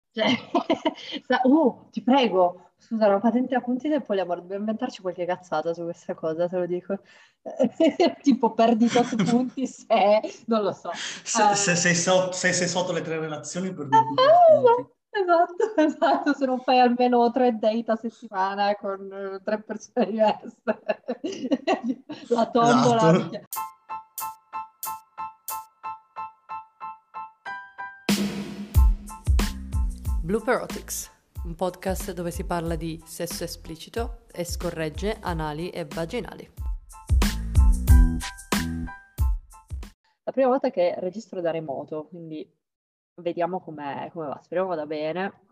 Cioè, ti prego, scusa, una patente a punti del poliamore, dobbiamo inventarci qualche cazzata su questa cosa, te lo dico. Tipo, perdi tot punti se, non lo so. Se sei sotto le 3 relazioni perdi tutti i punti. Esatto, esatto, se non fai almeno 3 date a settimana con 3 persone diverse. La tombola, Esatto. minchia. Blooperotics, un podcast dove si parla di sesso esplicito e scorregge anali e vaginali. La prima volta che registro da remoto, quindi vediamo come va. Speriamo vada bene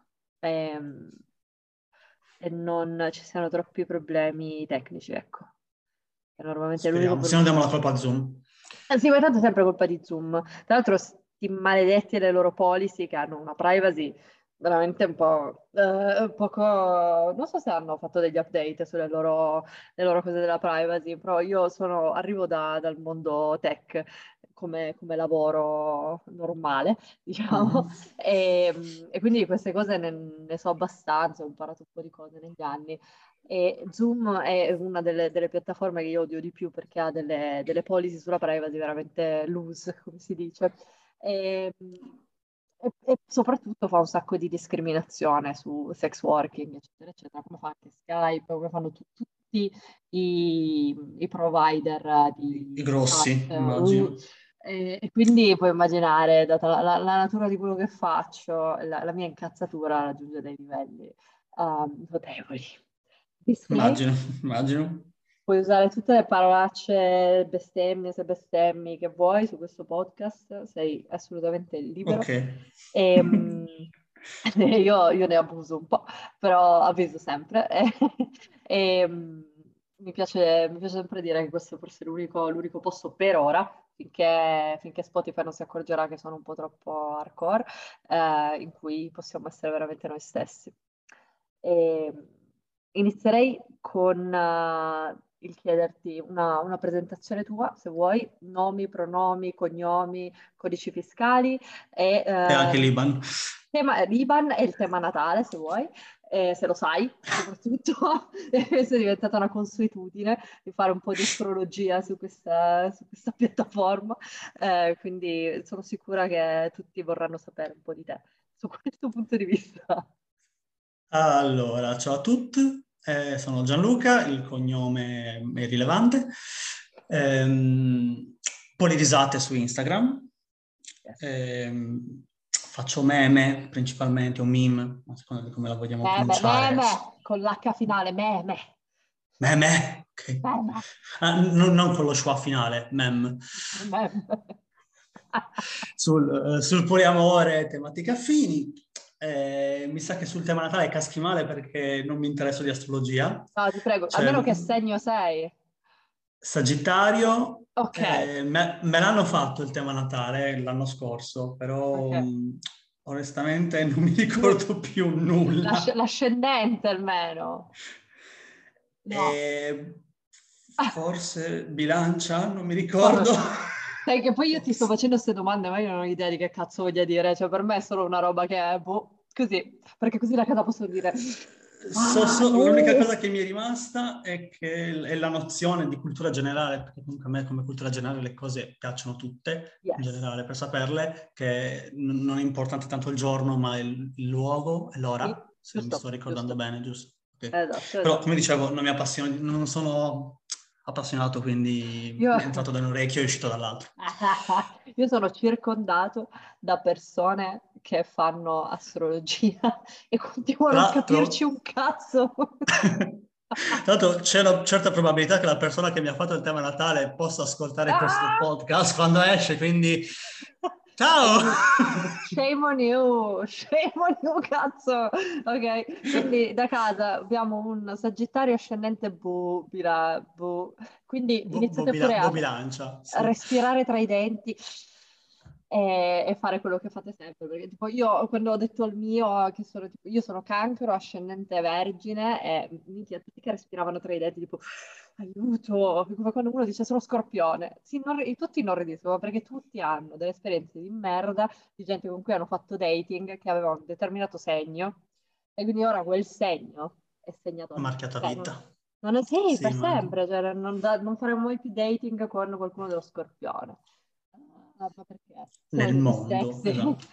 e non ci siano troppi problemi tecnici, ecco. Che normalmente è l'unico Speriamo, se non diamo la colpa a Zoom. Sì, ma tanto è sempre colpa di Zoom. Tra l'altro, sti maledetti e le loro policy che hanno una privacy veramente un po' poco. Non so se hanno fatto degli update sulle le loro cose della privacy, però io arrivo dal mondo tech come lavoro normale, diciamo, Mhm. e quindi di queste cose ne so abbastanza, ho imparato un po' di cose negli anni. E Zoom è una delle piattaforme che io odio di più perché ha delle policy sulla privacy veramente loose, come si dice. E, e soprattutto fa un sacco di discriminazione su sex working, eccetera, eccetera, come fa anche Skype, come fanno tutti i provider I di grossi, chat. immagino. E quindi puoi immaginare, data la natura di quello che faccio, la mia incazzatura raggiunge dei livelli notevoli. Display, Immagino, immagino. puoi usare tutte le parolacce, bestemmie, se bestemmi che vuoi su questo podcast, sei assolutamente Ok. libero. E, io ne abuso un po', però avviso sempre. E, mi piace sempre dire che questo è forse l'unico posto per ora, finché Spotify non si accorgerà che sono un po' troppo hardcore, in cui possiamo essere veramente noi stessi. E inizierei con il chiederti una presentazione tua, se vuoi, nomi, pronomi, cognomi, codici fiscali e E anche l'Iban. tema l'IBAN e il tema Natale, se vuoi, se lo sai, soprattutto. Questa è diventata una consuetudine di fare un po' di astrologia su questa piattaforma, quindi sono sicura che tutti vorranno sapere un po' di te su questo punto di vista. Allora, ciao a tutti, sono Gianluca, il cognome è rilevante. Un po' di risate su Instagram. Yes. Faccio meme principalmente, o meme, a seconda di come la vogliamo Meme, pronunciare. meme, con l'H finale, meme, Meme, ok. meme, Non con lo schwa finale, mem. meme. Sul poliamore, tematiche affini. Mi sa che sul tema Natale caschi male perché non mi interesso di astrologia. No, ti prego, Cioè, almeno che segno sei. Sagittario, Ok, me l'hanno fatto il tema Natale l'anno scorso, però ok. onestamente non mi Lu- ricordo più nulla. L'ascendente almeno. No. E Ah, forse bilancia, non mi vabbè. ricordo. Sai che poi io ti sto facendo queste domande, ma io non ho idea di che cazzo voglia dire. Cioè, per me è solo una roba che è, boh, così. Perché così da casa posso dire, ah, L'unica no. cosa che mi è rimasta è che è la nozione di cultura generale, perché comunque a me come cultura generale le cose piacciono tutte, in Yes. generale, per saperle, che non è importante tanto il giorno, ma il luogo e Sì, l'ora, se mi sto giusto, ricordando giusto. bene, giusto? Ok. Esatto, Però, come esatto. dicevo, non mi appassiona, non sono appassionato, quindi Io, è entrato da un orecchio e è uscito dall'altro. io sono circondato da persone che fanno astrologia e continuano Tra a non capirci l'altro, un cazzo. tra l'altro c'è una certa probabilità che la persona che mi ha fatto il tema Natale possa ascoltare questo Ah! podcast quando esce, quindi E ciao! quindi, shame on you, cazzo. Ok, quindi da casa abbiamo un Sagittario ascendente quindi iniziate pure a Bilancia, sì. respirare tra i denti e fare quello che fate sempre. Perché tipo io quando ho detto al mio che io sono cancro ascendente vergine e minchia, tutti che respiravano tra i denti, tipo aiuto, come quando uno dice sono scorpione. Sì, tutti inorridiscono perché tutti hanno delle esperienze di merda di gente con cui hanno fatto dating che aveva un determinato segno e quindi ora quel segno è segnato a vita. Marchiata Cioè, vita. non è sì, Sì, per ma... sempre, cioè, non faremo mai più dating con qualcuno dello scorpione. Ah, ma perché? Siamo Nel degli mondo, sexy. esatto.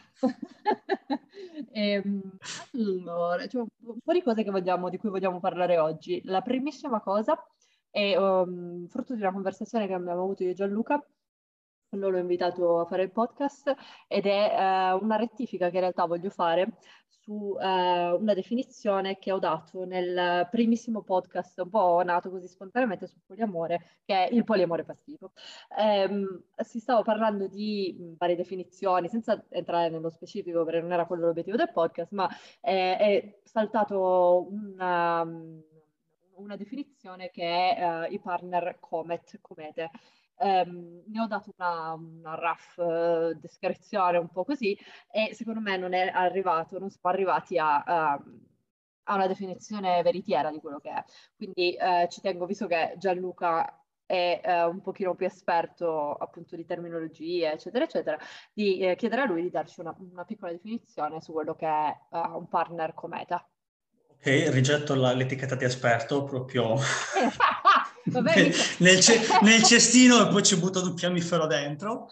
Ehm, allora, c'è un po' di cose di cui vogliamo parlare oggi. La primissima cosa è frutto di una conversazione che abbiamo avuto io e Gianluca. Quando l'ho invitato a fare il podcast ed è una rettifica che in realtà voglio fare su una definizione che ho dato nel primissimo podcast, un po' nato così spontaneamente sul poliamore, che è il poliamore passivo. Si stava parlando di varie definizioni, senza entrare nello specifico perché non era quello l'obiettivo del podcast, ma è saltato una definizione che è i partner comete. Ne ho dato una rough descrizione un po' così e secondo me non è arrivato, non siamo arrivati a una definizione veritiera di quello che è. Quindi ci tengo, visto che Gianluca è un pochino più esperto appunto di terminologie, eccetera, eccetera, di chiedere a lui di darci una piccola definizione su quello che è un partner cometa. Ok, rigetto l'etichetta di esperto proprio Vabbè, mica... nel cestino e poi ci butto un fiammifero dentro.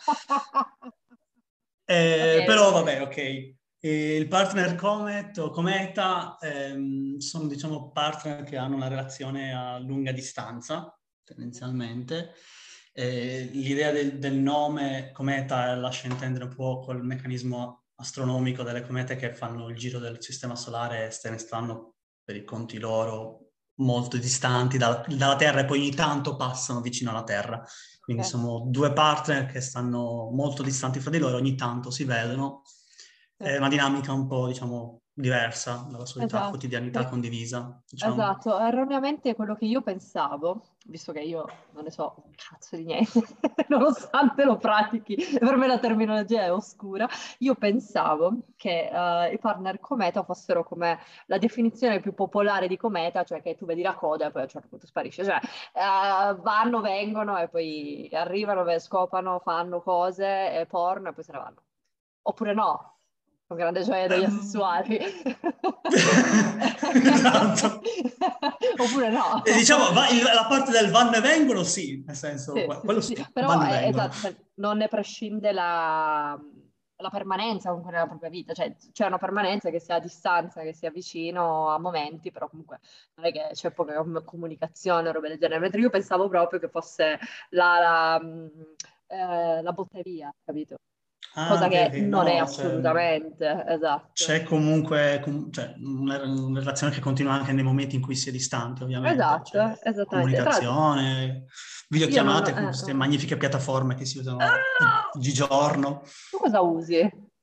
Però Ok. vabbè, ok. Il partner Comet o Cometa sono diciamo partner che hanno una relazione a lunga distanza, tendenzialmente. L'idea del nome cometa lascia intendere un po' quel meccanismo astronomico delle comete che fanno il giro del sistema solare e se ne stanno per i conti loro molto distanti dalla Terra e poi ogni tanto passano vicino alla Terra. Quindi Ok. sono due partner che stanno molto distanti fra di loro, ogni tanto si vedono. È una dinamica un po', diciamo, diversa dalla solita Esatto, quotidianità condivisa, diciamo. esatto, erroneamente quello che io pensavo, visto che io non ne so un cazzo di niente, nonostante lo pratichi, per me la terminologia è oscura, io pensavo che i partner cometa fossero come la definizione più popolare di cometa, cioè che tu vedi la coda e poi a un certo punto sparisce, cioè vanno, vengono e poi arrivano, scopano, fanno cose, porno e poi se ne vanno. Oppure no, con grande gioia degli Ehm, asessuali. Esatto. Oppure no. E diciamo, la parte del vanno e vengono, sì, nel senso, Sì, sì, quello sì, sì, sì. Però vanno e vengono. esatto, cioè, non ne prescinde la permanenza comunque nella propria vita, cioè c'è una permanenza che sia a distanza, che sia vicino a momenti, però comunque non è che c'è poca comunicazione, roba del genere, mentre io pensavo proprio che fosse la botta via, capito? Ah, Cosa ok, che ok, non è no, cioè, assolutamente, esatto. c'è comunque cioè, una relazione che continua anche nei momenti in cui si è distanti, ovviamente. C'è Esatto, esattamente. Tra l'altro, comunicazione, io non... videochiamate con queste magnifiche piattaforme che si usano Ah! oggigiorno. Tu cosa usi?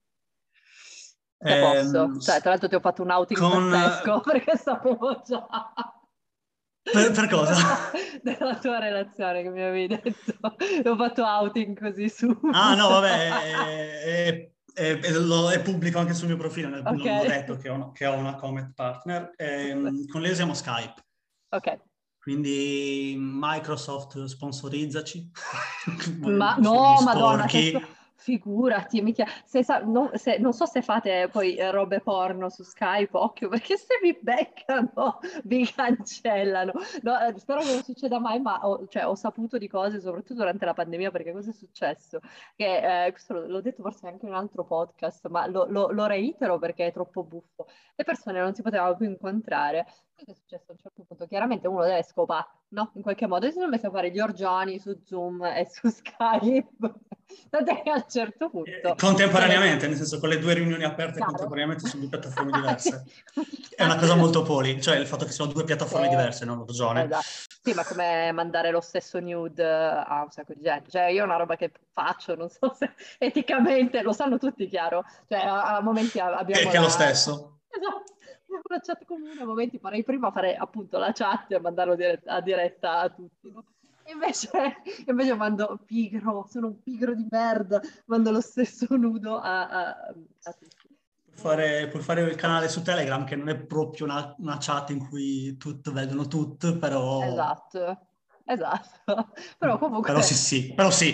Se posso. Ehm, Cioè, tra l'altro ti ho fatto un outing con... pazzesco perché sapevo già per cosa? della tua relazione che mi avevi detto. Ti ho fatto outing così Ah, no, subito. vabbè, è pubblico anche sul mio profilo, Ok, l'ho detto che ho una Comet partner. Con lei usiamo Skype. ok. Quindi Microsoft sponsorizzaci, Ma gli no, Madonna, sporchi. figurati, mica, non so se fate poi robe porno su Skype, occhio, perché se vi beccano vi cancellano. No, spero che non succeda mai, ma cioè, ho saputo di cose, soprattutto durante la pandemia, perché cosa è successo? Che, questo l'ho detto forse anche in un altro podcast, ma lo reitero perché è troppo buffo. Le persone non si potevano più incontrare. Cosa è successo a un certo punto? Chiaramente uno deve scopare, no? In qualche modo. E si sono messi a fare gli orgiani su Zoom e su Skype. Tant'è che a un certo punto Contemporaneamente, nel senso con le due riunioni aperte chiaro. contemporaneamente su due piattaforme diverse. È una cosa Chiaro. molto poli, cioè il fatto che siano due piattaforme diverse, non orgione. Esatto. Sì, ma come mandare lo stesso nude a un sacco di gente. Cioè, io è una roba che faccio, non so se eticamente, lo sanno tutti, chiaro. Cioè, a momenti abbiamo Che è lo stesso. Esatto, abbiamo una chat comune, a momenti farei prima fare appunto la chat e mandarlo a diretta a tutti, no? Invece, invece mando pigro, sono un pigro di merda, mando lo stesso nudo a tutti. Puoi fare il canale su Telegram che non è proprio una chat in cui tutti vedono tutto, però Esatto, esatto, però comunque Però però sì.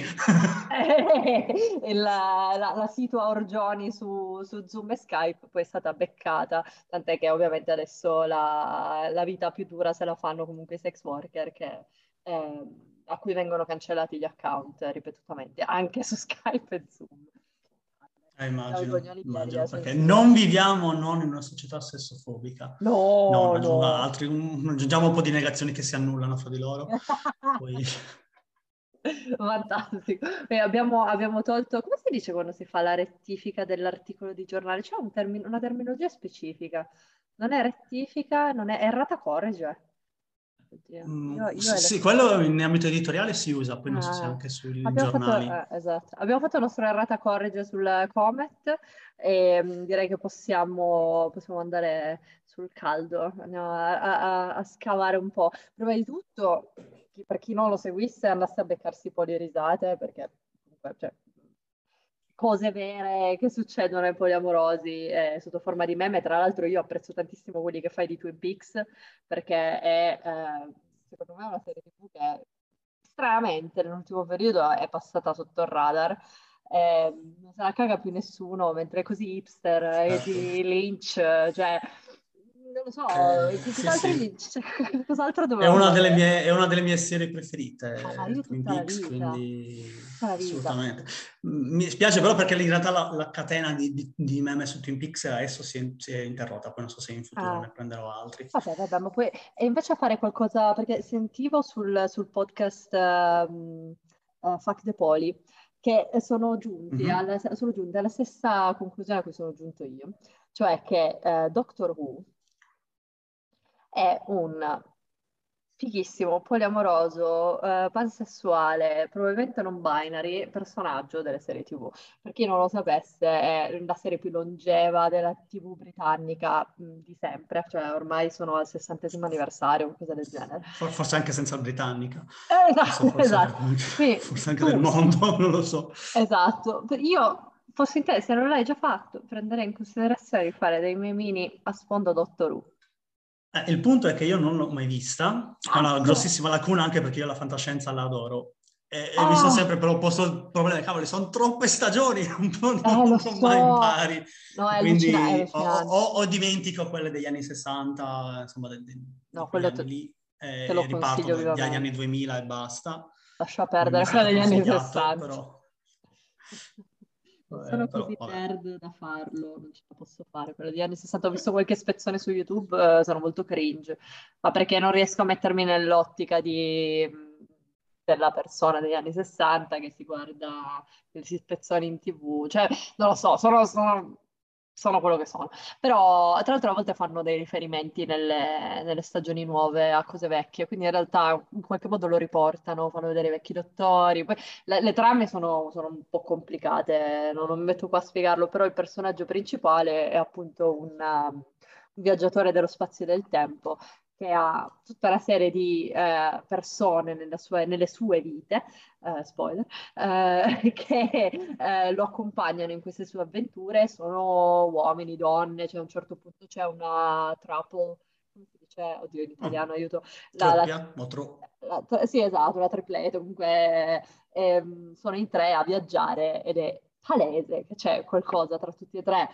la situa Orgioni su Zoom e Skype poi è stata beccata, tant'è che ovviamente adesso la vita più dura se la fanno comunque i sex worker a cui vengono cancellati gli account ripetutamente, anche su Skype e Zoom. Immagino, perché sensibilità. non viviamo non in una società sessofobica. No, No, aggiunga no. altri, aggiungiamo un po' di negazioni che si annullano fra di loro. Poi... Fantastico. E abbiamo tolto, come si dice quando si fa la rettifica dell'articolo di giornale? C'è una terminologia specifica. Non è rettifica, non è errata corrige. Oddio, io e le sì, quello in ambito editoriale si usa, poi non so se Ah, anche sui giornali. esatto. Abbiamo fatto il nostro errata corrige sul Comet e direi che possiamo andare sul caldo, andiamo a scavare un po'. Prima di tutto, per chi non lo seguisse, andasse a beccarsi un po' di risate, perché comunque, cioè, cose vere che succedono ai poliamorosi sotto forma di meme. Tra l'altro io apprezzo tantissimo quelli che fai di Twin Peaks, perché secondo me è una serie TV che stranamente nell'ultimo periodo è passata sotto il radar. Non se la caga più nessuno, mentre è così hipster Certo. di Lynch, cioè non lo so, Sì, cos'altro, sì. cos'altro È doveva una fare? è una delle mie serie Ma preferite, io Twin tutta la Peaks, vita, quindi tutta la vita. assolutamente. Mi spiace però perché in realtà la catena di meme su Twin Peaks adesso si è interrotta, poi non so se in futuro Ah. ne prenderò altri. Vabbè, ma poi e invece a fare qualcosa, perché sentivo sul podcast Fuck the Poli che Mhm. sono giunti alla stessa conclusione a cui sono giunto io, cioè che Doctor Who è un fighissimo, poliamoroso, pansessuale, probabilmente non binary, personaggio delle serie TV. Per chi non lo sapesse, è la serie più longeva della TV britannica di sempre, cioè ormai sono al 60° anniversario, qualcosa del genere. Forse anche senza Britannica, Esatto. Quindi, forse anche del tu, mondo, non lo so. esatto, io fossi in te, se non l'hai già fatto, prenderei in considerazione di fare dei memini a sfondo Doctor Who. Il punto è che io non l'ho mai vista, è una Cazzo! grossissima lacuna anche perché io la fantascienza la adoro. E mi sono Ah! sempre però posto il problema, cavoli, sono troppe stagioni, Lo non mai so, impari. no, E è quindi allucinante. o dimentico quelle degli anni 60, insomma, di No, quegli anni lì, te lo e riparto consiglio dagli anni vivamente. 2000 e basta, Lascia come mi è perdere quella stato degli anni consigliato, 60. però, Non sono così vabbè. nerd da farlo, non ce la posso fare. Quella degli anni 60 ho visto qualche spezzone su YouTube, sono molto cringe, ma perché non riesco a mettermi nell'ottica della persona degli anni 60 che si guarda questi spezzoni in TV. Cioè, non lo so, sono quello che sono. Però, tra l'altro, a volte fanno dei riferimenti nelle stagioni nuove a cose vecchie, quindi in realtà in qualche modo lo riportano, fanno vedere i vecchi dottori. Poi le trame sono un po' complicate, non mi metto qua a spiegarlo, però il personaggio principale è appunto un viaggiatore dello spazio e del tempo che ha tutta una serie di persone nelle sue vite, spoiler, che lo accompagnano in queste sue avventure, sono uomini, donne, cioè a un certo punto c'è una couple, come si dice? Oddio, in italiano, aiuto. La, la- Troppia, sì, esatto, la triplete, comunque sono in tre a viaggiare ed è palese che c'è qualcosa tra tutti e tre.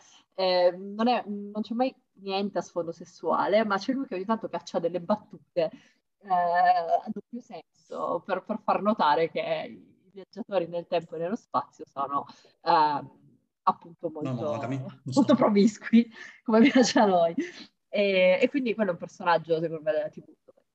Non c'è mai niente a sfondo sessuale, ma c'è lui che ogni tanto caccia delle battute a doppio senso per far notare che i viaggiatori nel tempo e nello spazio sono appunto non monogami, molto giusto. promiscui, come piace a noi. E quindi quello è un personaggio, secondo me, della TV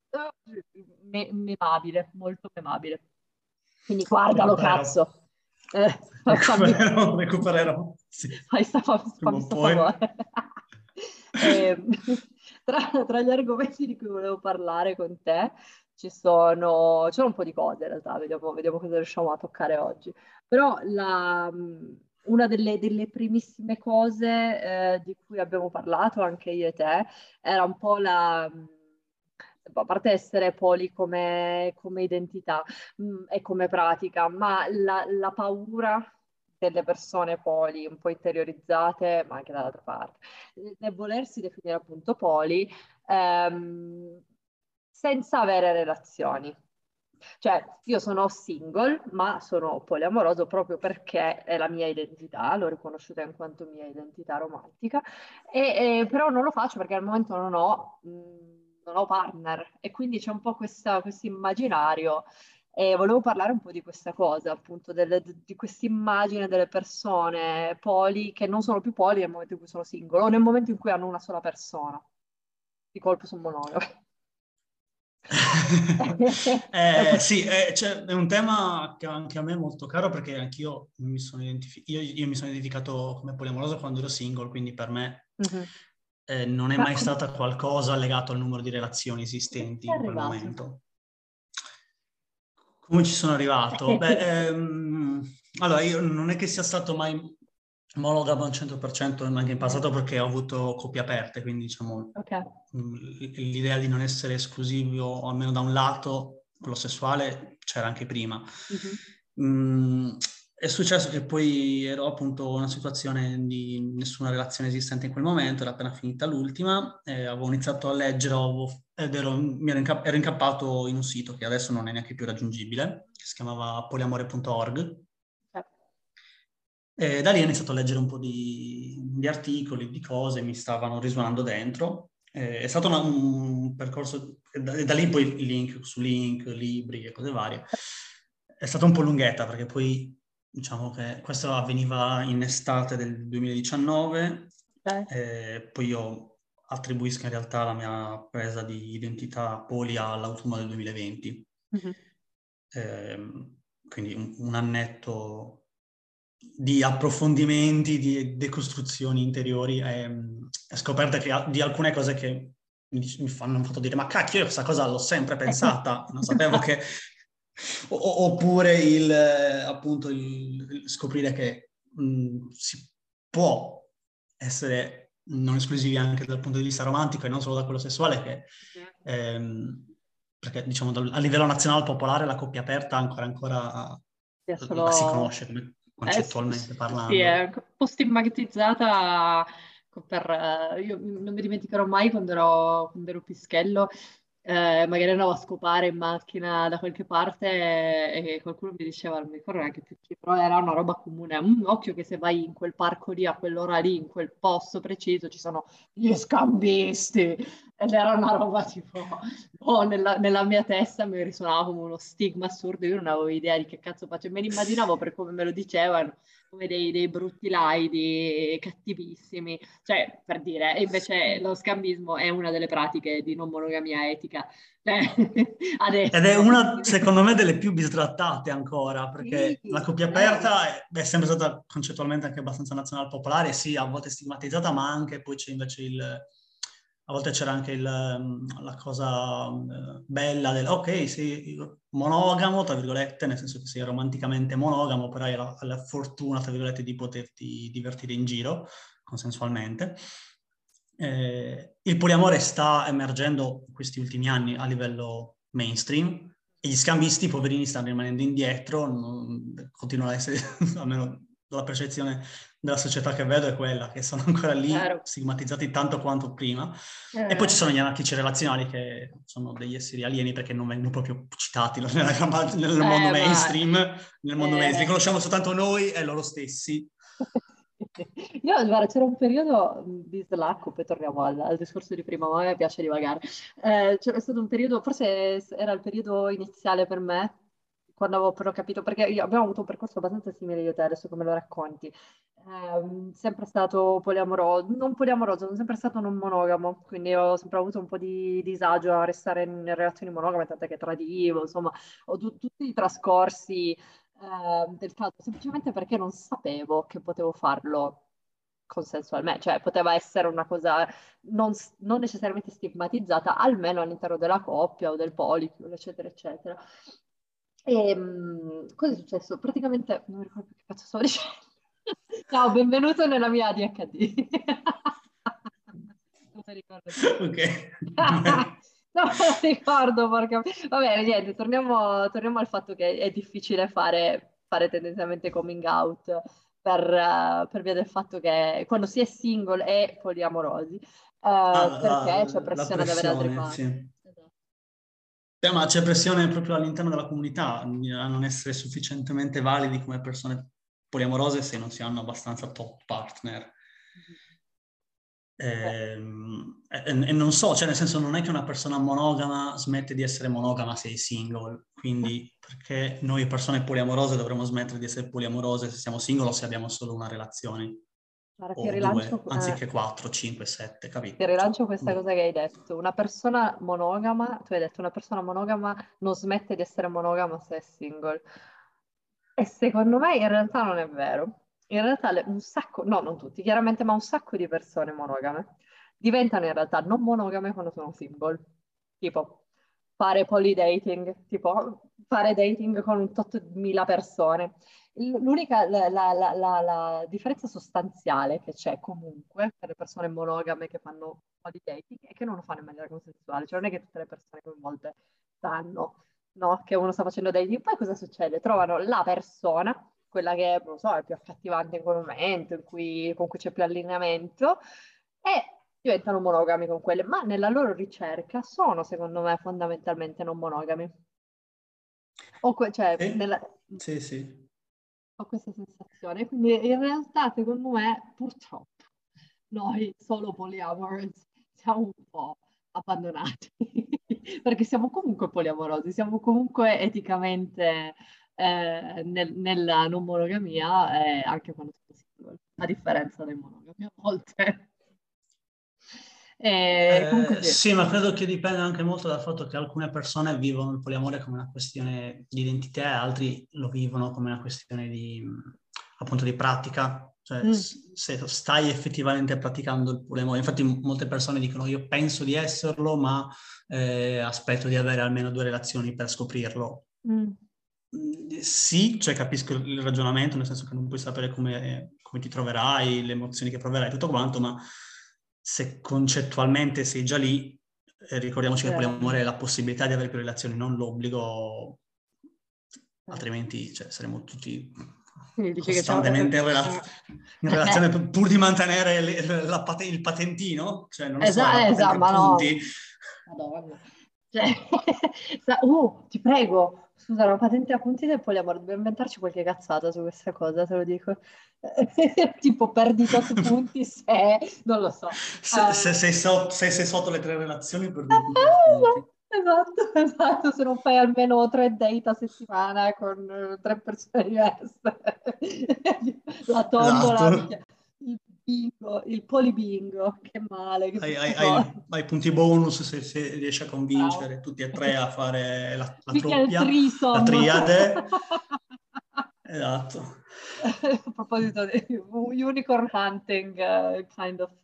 memabile, molto memabile. Quindi Lo guardalo, recupererò. cazzo. Fammi, Recupererò, sì, fammi prima o sto poi. favore. Ehm, tra gli argomenti di cui volevo parlare con te c'è un po' di cose in realtà, vediamo cosa riusciamo a toccare oggi. Però una delle primissime cose di cui abbiamo parlato anche io e te era un po' a parte essere poli come identità e come pratica, ma la paura delle persone poli un po' interiorizzate, ma anche dall'altra parte, nel volersi definire appunto poli ehm, senza avere relazioni. Cioè, io sono single, ma sono poliamoroso proprio perché è la mia identità, l'ho riconosciuta in quanto mia identità romantica, però non lo faccio perché al momento non ho partner e quindi c'è un po' questo immaginario e volevo parlare un po' di questa cosa, appunto, di questa immagine delle persone poli che non sono più poli nel momento in cui sono single o nel momento in cui hanno una sola persona. Di colpo sono monogami. Sì, cioè, è un tema che anche a me è molto caro perché anch'io io mi sono identificato come poliamoroso quando ero single, quindi per me Mhm. non è Ma mai stata qualcosa legato al numero di relazioni come ci esistenti sei in quel arrivato? momento. Come ci sono arrivato? Beh, allora io non è che sia stato mai monogamo al 100% anche in Mhm. passato perché ho avuto coppie aperte, quindi diciamo Ok. l'idea di non essere esclusivo, o almeno da un lato, quello sessuale, c'era anche prima. Mhm. Mm, è successo che poi ero appunto in una situazione di nessuna relazione esistente in quel momento, era appena finita l'ultima, avevo iniziato a leggere ero incappato in un sito che adesso non è neanche più raggiungibile, che si chiamava poliamore.org. Ok. E da lì ho iniziato a leggere un po' di articoli, di cose, mi stavano risuonando dentro. È stato un percorso, e da lì poi link su link, libri e cose varie. È stata un po' lunghetta perché poi diciamo che questo avveniva in estate del 2019, Ok. poi io attribuisco in realtà la mia presa di identità poli all'autunno del 2020. Mhm. Quindi un annetto di approfondimenti, di decostruzioni interiori e scoperta di alcune cose che mi hanno fatto dire ma cacchio, io questa cosa l'ho sempre pensata, non sapevo che... Oppure appunto il scoprire che si può essere non esclusivi anche dal punto di vista romantico e non solo da quello sessuale, che Mhm. perché diciamo a livello nazionale popolare la coppia aperta ancora Sì, è la si solo... conosce come concettualmente sì, è parlando. un po' stigmatizzata io non mi dimenticherò mai quando ero pischello, magari andavo a scopare in macchina da qualche parte e qualcuno mi diceva, non mi ricordo neanche più chi, però era una roba comune, occhio che se vai in quel parco lì, a quell'ora lì, in quel posto preciso, ci sono gli scambisti. Ed era una roba tipo, oh, nella mia testa mi risuonava come uno stigma assurdo, io non avevo idea di che cazzo faccio, me li immaginavo per come me lo dicevano, come dei brutti laidi, cattivissimi, cioè per dire, e invece lo scambismo è una delle pratiche di non monogamia etica, cioè, Ed è adesso. una, secondo me, delle più bistrattate ancora, Sì, perché la coppia vero. aperta è sempre stata concettualmente anche abbastanza nazional popolare, sì, a volte stigmatizzata, ma anche poi c'è invece a volte c'era anche la cosa bella del, ok, sì, monogamo, tra virgolette, nel senso che sei romanticamente monogamo, però hai la fortuna, tra virgolette, di poterti divertire in giro consensualmente. Il poliamore sta emergendo in questi ultimi anni a livello mainstream e gli scambisti, poverini, stanno rimanendo indietro, continuano ad essere, almeno la percezione della società che vedo è quella, che sono ancora lì Vero. stigmatizzati tanto quanto prima. E poi ci Eh, sono gli anarchici relazionali che sono degli esseri alieni perché non vengono proprio citati nel mondo ma... mainstream. Nel mondo mainstream eh, conosciamo soltanto noi e loro stessi. Io, guarda, c'era un periodo di slacco, poi torniamo al discorso di prima, ma a me piace divagare. C'era stato un periodo, forse era il periodo iniziale per me, quando avevo però capito, perché abbiamo avuto un percorso abbastanza simile io e te, adesso come lo racconti. Sempre stato poliamoroso, non poliamoroso, sono sempre stato non monogamo, quindi ho sempre avuto un po' di disagio a restare in relazioni monogame, tant'è che tradivo, insomma, tutti i trascorsi del fatto, semplicemente perché non sapevo che potevo farlo consensualmente, cioè poteva essere una cosa non necessariamente stigmatizzata, almeno all'interno della coppia o del polycule, eccetera, eccetera. E cosa è successo? Praticamente non mi ricordo più che cazzo stavo dicendo. Ciao, benvenuto nella mia ADHD. Non mi ricordo più. Ok. No, me lo ricordo, porca... Va bene, niente, torniamo al fatto che è difficile fare tendenzialmente coming out per via del fatto che quando si è single e poliamorosi, Ah, perché c'è la pressione ad avere altri pressione, partner. sì. Esatto. Ma c'è pressione proprio all'interno della comunità a non essere sufficientemente validi come persone poliamorose se non si hanno abbastanza top partner. E non so, cioè nel senso non è che una persona monogama smette di essere monogama se è single, quindi perché noi persone poliamorose dovremmo smettere di essere poliamorose se siamo single o se abbiamo solo una relazione? Guarda, O due, anziché 4, 5, 7, ti capito? rilancio questa Boh. cosa che hai detto. Una persona monogama, tu hai detto una persona monogama non smette di essere monogama se è single. E secondo me in realtà non è vero. In realtà un sacco, no, non tutti, chiaramente, ma un sacco di persone monogame diventano in realtà non monogame quando sono single. Tipo fare polydating, tipo fare dating con un tot di mila persone. L'unica, la differenza sostanziale che c'è comunque per le persone monogame che fanno polydating è che non lo fanno in maniera consensuale, cioè non è che tutte le persone coinvolte sanno, no, che uno sta facendo dating. Poi cosa succede? Trovano la persona, quella che, non so, è più accattivante in quel momento, con cui c'è più allineamento, e diventano monogami con quelle, ma nella loro ricerca sono, secondo me, fondamentalmente non monogami. Cioè, Sì, sì. ho questa sensazione. Quindi in realtà, secondo me, purtroppo, noi solo polyamorous siamo un po' abbandonati, perché siamo comunque poliamorosi, siamo comunque eticamente nella non monogamia, anche quando siamo single, a differenza dei monogami a volte. Comunque sì. Sì, ma credo che dipenda anche molto dal fatto che alcune persone vivono il poliamore come una questione di identità e altri lo vivono come una questione di, appunto, di pratica. Cioè, se stai effettivamente praticando il poliamore. Infatti molte persone dicono io penso di esserlo, ma aspetto di avere almeno 2 relazioni per scoprirlo. Sì, cioè capisco il ragionamento, nel senso che non puoi sapere come ti troverai, le emozioni che proverai, tutto quanto, ma se concettualmente sei già lì, ricordiamoci che il poliamore è la possibilità di avere più relazioni, non l'obbligo, altrimenti cioè, saremo tutti costantemente in relazione pur di mantenere il patentino, cioè non lo so, la patente a punti. Madonna. Cioè, ti prego, scusa, una patente a punti del poliamore, dobbiamo inventarci qualche cazzata su questa cosa, te lo dico. Tipo perdi tot punti se, non lo so. Se sei sotto le 3 relazioni perdi punti. Esatto, se non fai almeno 3 date a settimana con 3 persone diverse. La tombola, Esatto. il bingo, il polibingo, che male. Che hai punti bonus se riesci a convincere tutti e 3 a fare la troppia, la triade. Esatto. A proposito di unicorn hunting, kind of...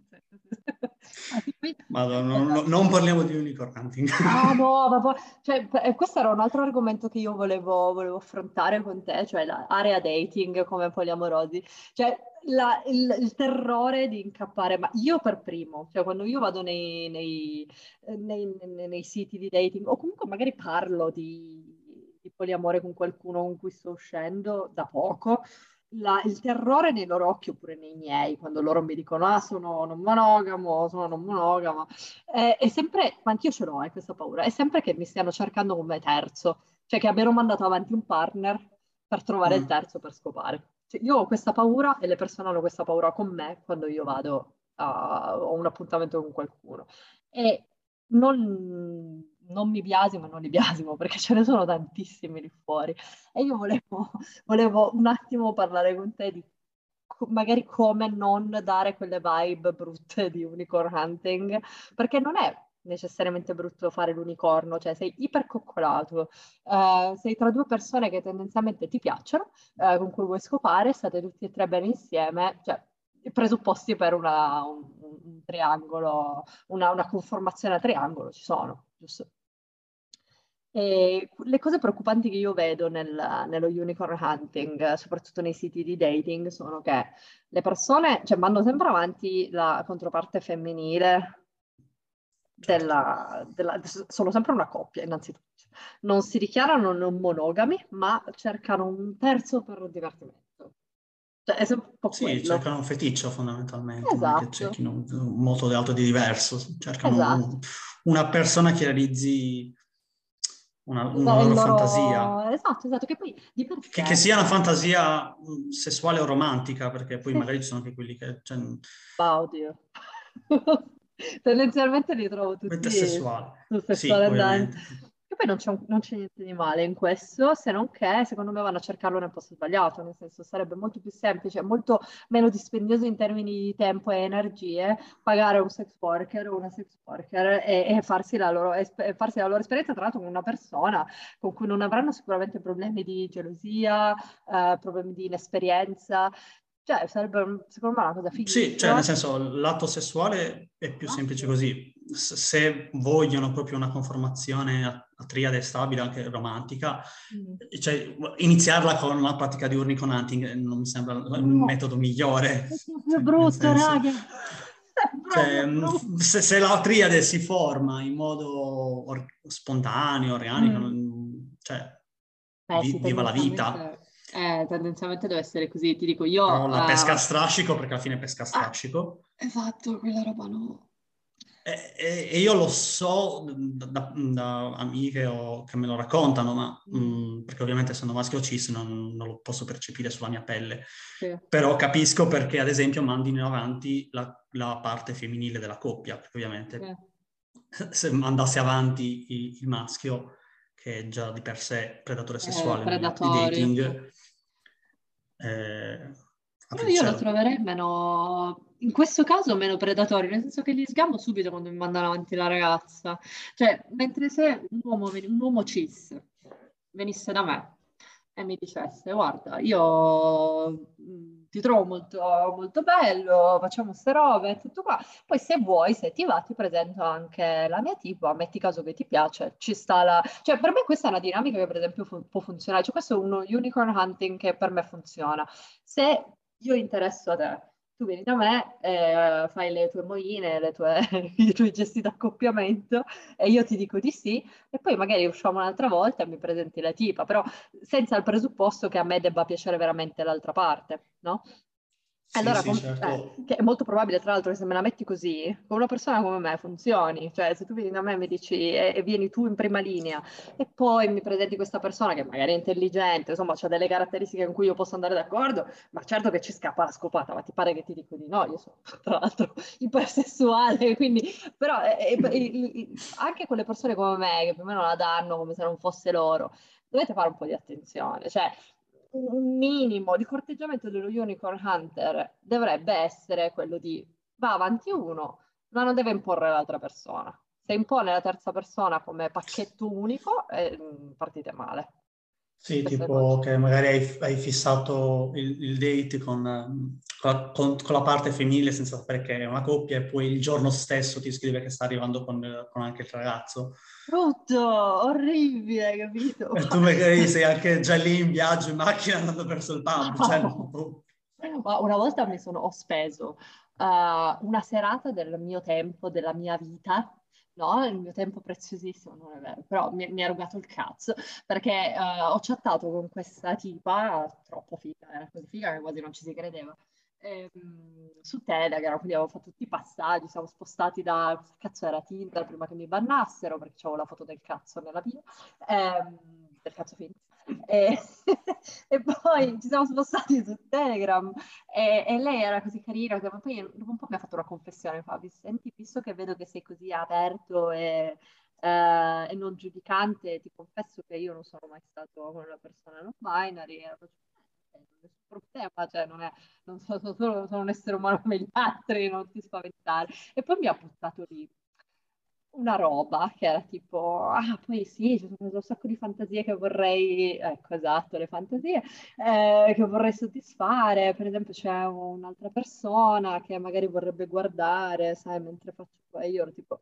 Madonna, non parliamo di unicorn hunting. Ah no, cioè, questo era un altro argomento che io volevo affrontare con te, cioè l'area dating come poliamorosi. Cioè, il terrore di incappare, ma io per primo, cioè quando io vado nei siti di dating, o comunque magari parlo di poliamore con qualcuno con cui sto uscendo da poco, il terrore nei loro occhi oppure nei miei, quando loro mi dicono sono non monogamo, sono non monogama, è sempre, ma anch'io ce l'ho questa paura, è sempre che mi stiano cercando come terzo, cioè che abbiano mandato avanti un partner per trovare il terzo per scopare. Cioè, io ho questa paura e le persone hanno questa paura con me quando io vado ho un appuntamento con qualcuno. E non mi biasimo, non li biasimo, perché ce ne sono tantissimi lì fuori. E io volevo un attimo parlare con te di magari come non dare quelle vibe brutte di unicorn hunting, perché non è necessariamente brutto fare l'unicorno, cioè sei ipercoccolato, sei tra 2 persone che tendenzialmente ti piacciono, con cui vuoi scopare, state tutti e 3 bene insieme, cioè i presupposti per un triangolo, una conformazione a triangolo ci sono, giusto? E le cose preoccupanti che io vedo nello unicorn hunting, soprattutto nei siti di dating, sono che le persone, cioè, vanno sempre avanti la controparte femminile sono sempre una coppia, innanzitutto. Non si dichiarano non monogami, ma cercano un terzo per divertimento. Cioè, è sempre un po' Sì, quello. cercano un feticcio fondamentalmente, non è che Esatto. cerchino molto di altro di diverso, cercano Esatto. una persona che realizzi una loro fantasia. Esatto, che poi di per sé... Che sia una fantasia sessuale o romantica, perché poi Sì. magari ci sono anche quelli che... Cioè, Oddio. Tendenzialmente li trovo tutti sessuale. sul Sì, sessuale andante. ovviamente. E poi non c'è niente di male in questo, se non che secondo me vanno a cercarlo nel posto sbagliato, nel senso sarebbe molto più semplice, molto meno dispendioso in termini di tempo e energie pagare un sex worker o una sex worker e farsi la loro esperienza, tra l'altro con una persona con cui non avranno sicuramente problemi di gelosia, problemi di inesperienza. Cioè, sarebbe secondo me una cosa Sì, cioè nel fighissima. senso l'atto sessuale è più semplice Esatto. così. Se vogliono proprio una conformazione a triade stabile, anche romantica, Mm. cioè iniziarla con la pratica di Urnicon Hunting non mi sembra il No, metodo migliore. è proprio Cioè, nel brutto, senso, raga. È cioè, proprio brutto. se la triade si forma in modo spontaneo, organico, Mm. cioè Sì, viva la vita. tendenzialmente deve essere così. Ti dico, io... Però la pesca a strascico, perché alla fine è pesca a strascico. esatto, quella roba no. E io lo so da amiche che me lo raccontano, ma Mm. perché ovviamente essendo maschio cis non lo posso percepire sulla mia pelle. Sì. Però capisco perché, ad esempio, mandino avanti la parte femminile della coppia, perché ovviamente se mandasse avanti il maschio, che è già di per sé predatore sessuale negli atti Predatorio, sì. dating, Però apri il io lo cielo. troverei meno, in questo caso meno predatorio, nel senso che li sgamo subito quando mi mandano avanti la ragazza. Cioè, mentre se un uomo cis venisse da me e mi dicesse, guarda, io ti trovo molto, molto bello, facciamo ste robe, e tutto qua. Poi se vuoi, se ti va, ti presento anche la mia tipa, metti caso che ti piace, ci sta la... Cioè, per me questa è una dinamica che per esempio può funzionare, cioè questo è uno unicorn hunting che per me funziona. Se io interesso a te, tu vieni da me, fai le tue moine, i tuoi gesti d'accoppiamento e io ti dico di sì e poi magari usciamo un'altra volta e mi presenti la tipa, però senza il presupposto che a me debba piacere veramente l'altra parte, no? Sì, Allora, sì, certo. che è molto probabile, tra l'altro, che se me la metti così, con una persona come me funzioni. Cioè, se tu vieni da me e mi dici, e vieni tu in prima linea, e poi mi presenti questa persona che magari è intelligente, insomma, ha delle caratteristiche con cui io posso andare d'accordo, ma certo che ci scappa la scopata, ma ti pare che ti dico di no? Io sono, tra l'altro, ipersessuale, quindi... Però anche quelle persone come me, che più o meno la danno come se non fosse loro, dovete fare un po' di attenzione. Cioè, un minimo di corteggiamento dello Unicorn Hunter dovrebbe essere quello di va avanti uno, ma non deve imporre l'altra persona. Se impone la terza persona come pacchetto unico, partite male. Sì, Questo è il tipo concetto. che magari hai fissato il date con la parte femminile senza sapere che è una coppia e poi il giorno stesso ti scrive che sta arrivando con anche il ragazzo. Brutto, orribile, capito? E tu magari sei anche già lì in viaggio, in macchina, andando verso il pub. Cioè, Wow. Ma una volta ho speso una serata del mio tempo, della mia vita, no? Il mio tempo preziosissimo, non è vero, però mi ha rubato il cazzo, perché ho chattato con questa tipa, troppo figa, era così figa che quasi non ci si credeva, su Telegram, quindi avevo fatto tutti i passaggi, siamo spostati da, cosa cazzo era Tinder prima che mi bannassero, perché avevo la foto del cazzo nella bio, del cazzo finto. E, e poi ci siamo spostati su Telegram e lei era così carina, che poi dopo un po' mi ha fatto una confessione, mi fa, senti, visto che vedo che sei così aperto e non giudicante, ti confesso che io non sono mai stato con una persona non binary, e faccio, non è nessun problema, cioè non sono un essere umano come gli altri, non ti spaventare. E poi mi ha buttato lì una roba che era tipo, ah, poi sì, ci sono un sacco di fantasie che vorrei, ecco, esatto, le fantasie che vorrei soddisfare. Per esempio, c'è un'altra persona che magari vorrebbe guardare, sai, mentre faccio e io ero tipo,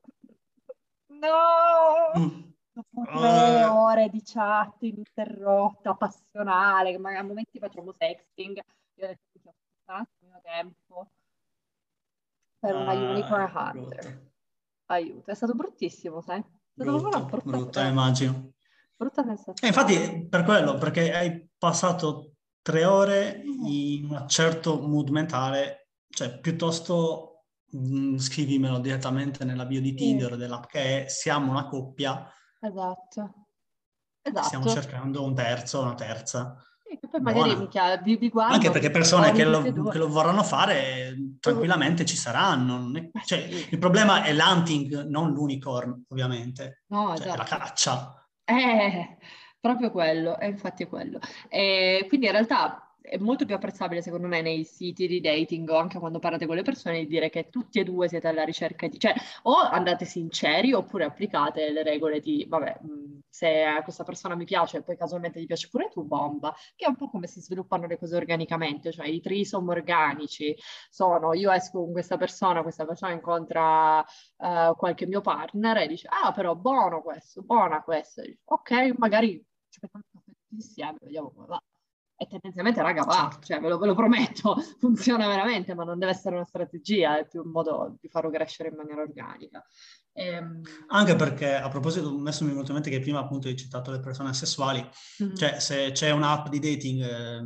no! mm, Dopo 3 ore eh, di chat ininterrotta, passionale, che magari a momenti facciamo sexting, io ho detto, "Minchia, ho sprecato il mio tempo per una unicorn brutto. hunter. Aiuto, è stato bruttissimo, sai? È stata proprio una Brutto, brutta, brutto, immagino. brutta E sensazione. infatti per quello, perché hai passato 3 ore Eh, in un certo mood mentale, cioè piuttosto scrivimelo direttamente nella bio di sì, Tinder dell'app che è siamo una coppia, esatto. stiamo esatto. cercando un terzo, una terza. E che poi magari Buona. vi Anche guardo, perché vi persone trovo tutti e che due. lo vorranno fare tranquillamente ci saranno. Ma Cioè, sì, il problema è l'hunting, non l'unicorn, ovviamente. no, Cioè, è la esatto. caccia. Eh, proprio quello, e infatti è quello. E quindi in realtà è molto più apprezzabile, secondo me, nei siti di dating o anche quando parlate con le persone, di dire che tutti e due siete alla ricerca di... Cioè, o andate sinceri oppure applicate le regole di, vabbè, se a questa persona mi piace e poi casualmente gli piace pure tu, bomba, che è un po' come si sviluppano le cose organicamente, cioè i threesome organici sono io esco con questa persona incontra qualche mio partner e dice, ah, però buono questo, buona questa. Dice, ok, magari ci facciamo un caffè tutti insieme, vediamo come va. E tendenzialmente, raga, va, Certo. cioè ve lo prometto, funziona veramente, ma non deve essere una strategia, è più un modo di farlo crescere in maniera organica. Anche perché, a proposito, adesso mi è venuto in mente che prima appunto hai citato le persone asessuali, mhm, cioè se c'è un'app di dating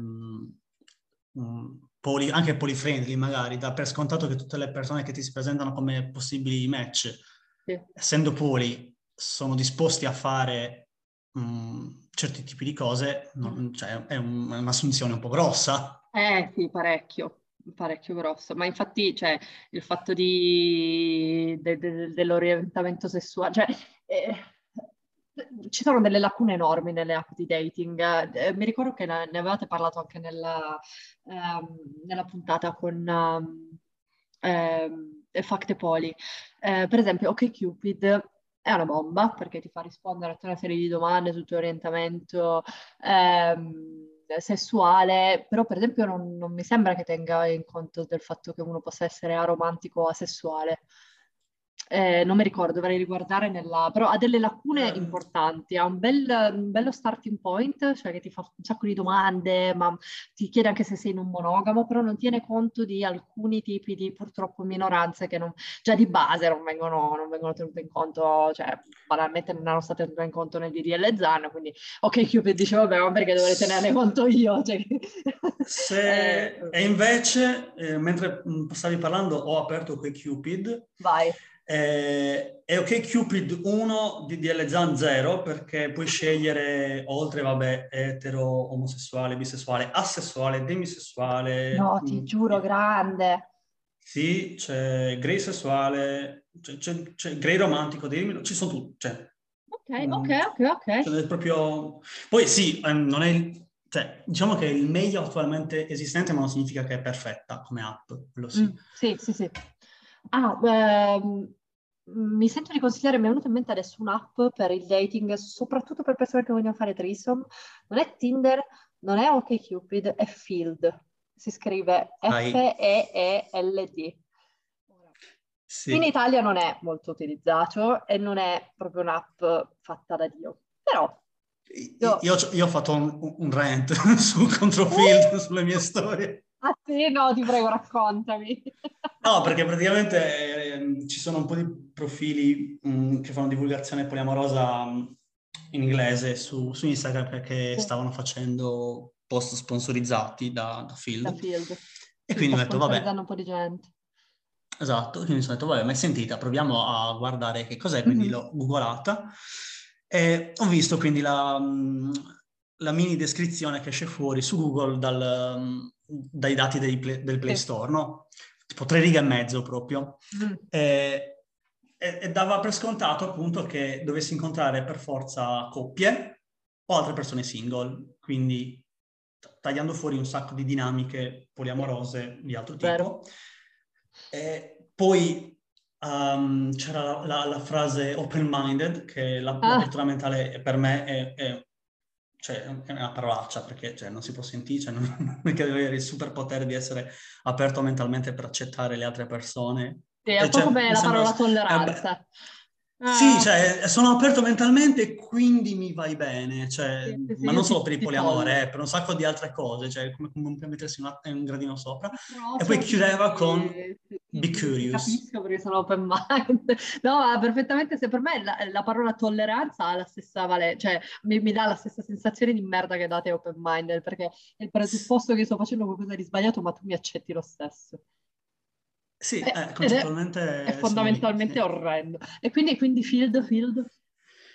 anche polyfriendly magari, dà per scontato che tutte le persone che ti si presentano come possibili match, sì. essendo poli, sono disposti a fare certi tipi di cose, Mhm. cioè è un'assunzione un po' grossa. Sì, parecchio grosso, ma infatti, cioè, il fatto dell'orientamento sessuale, cioè, ci sono delle lacune enormi nelle app di dating. Mi ricordo che ne avevate parlato anche nella puntata con Fact e Poli. Per esempio, OkCupid è una bomba perché ti fa rispondere a tutta una serie di domande sul tuo orientamento sessuale, però per esempio non mi sembra che tenga in conto del fatto che uno possa essere aromantico o asessuale. Non mi ricordo, dovrei riguardare però ha delle lacune Eh, importanti, ha un bello starting point, cioè che ti fa un sacco di domande, ma ti chiede anche se sei in un monogamo, però non tiene conto di alcuni tipi di purtroppo minoranze che già di base non vengono tenute in conto, cioè banalmente non erano state tenute in conto nel DDL Zan, quindi ok Cupid dice vabbè, ma perché dovrei tenerne conto io? Cioè, E invece, mentre stavi parlando, ho aperto OkCupid vai. e OkCupid 1 DDL Zan 0 perché puoi scegliere oltre, vabbè, etero, omosessuale, bisessuale, asessuale, demisessuale, No, ti giuro, grande. sì, c'è gay sessuale, c'è gay romantico, ci sono tutti, cioè, Ok, ok, mm, ok, ok. cioè, è proprio... Poi sì, non è... Cioè, diciamo che è il meglio attualmente esistente, ma non significa che è perfetta come app, quello sì. Sì, sì, sì. Ah, mi sento di consigliare, mi è venuta in mente adesso un'app per il dating, soprattutto per persone che vogliono fare threesome. Non è Tinder, non è OkCupid, è Field. Si scrive Sai, Feeld. In sì. Italia non è molto utilizzato e non è proprio un'app fatta da Dio. Però io... Io ho fatto un rant su Controfield, Uh! sulle mie storie. Ah sì, no, ti prego, raccontami. No, perché praticamente ci sono un po' di profili che fanno divulgazione poliamorosa in inglese su Instagram perché Sì, stavano facendo post sponsorizzati da da Field. Field. E Sì, quindi sta ho detto, vabbè, sponsorizzando un po' di gente. esatto, quindi mi sono detto, vabbè, ma sentita, proviamo a guardare che cos'è, quindi Mhm. l'ho googolata e ho visto quindi la mini descrizione che esce fuori su Google dai dati del Play Sì. Store, no? Tipo 3 righe e mezzo proprio. Mm. E dava per scontato appunto che dovessi incontrare per forza coppie o altre persone single, quindi tagliando fuori un sacco di dinamiche Sì, poliamorose di altro vero. tipo. E poi c'era la frase open-minded, che Ah, l'apertura mentale per me cioè, è una parolaccia, perché cioè, non si può sentire, cioè, non è che devi avere il superpotere di essere aperto mentalmente per accettare le altre persone. sì, è un E, po' cioè, come mi la sembra... parola beh, tolleranza. sì, Ah, cioè, sono aperto mentalmente e quindi mi vai bene, cioè, sì, sì, sì, ma io non solo per il ti poliamore, tollero. per un sacco di altre cose, cioè come mettersi un gradino sopra. E poi Incrocio, chiudeva con Be ti curious. capisco perché sono open mind. No, ma perfettamente, se per me la parola tolleranza ha la stessa cioè mi dà la stessa sensazione di merda che date open mind, perché è il presupposto che sto facendo qualcosa di sbagliato, ma tu mi accetti lo stesso. Sì, Ed è concettualmente siamo lì, fondamentalmente sì. orrendo. E quindi field.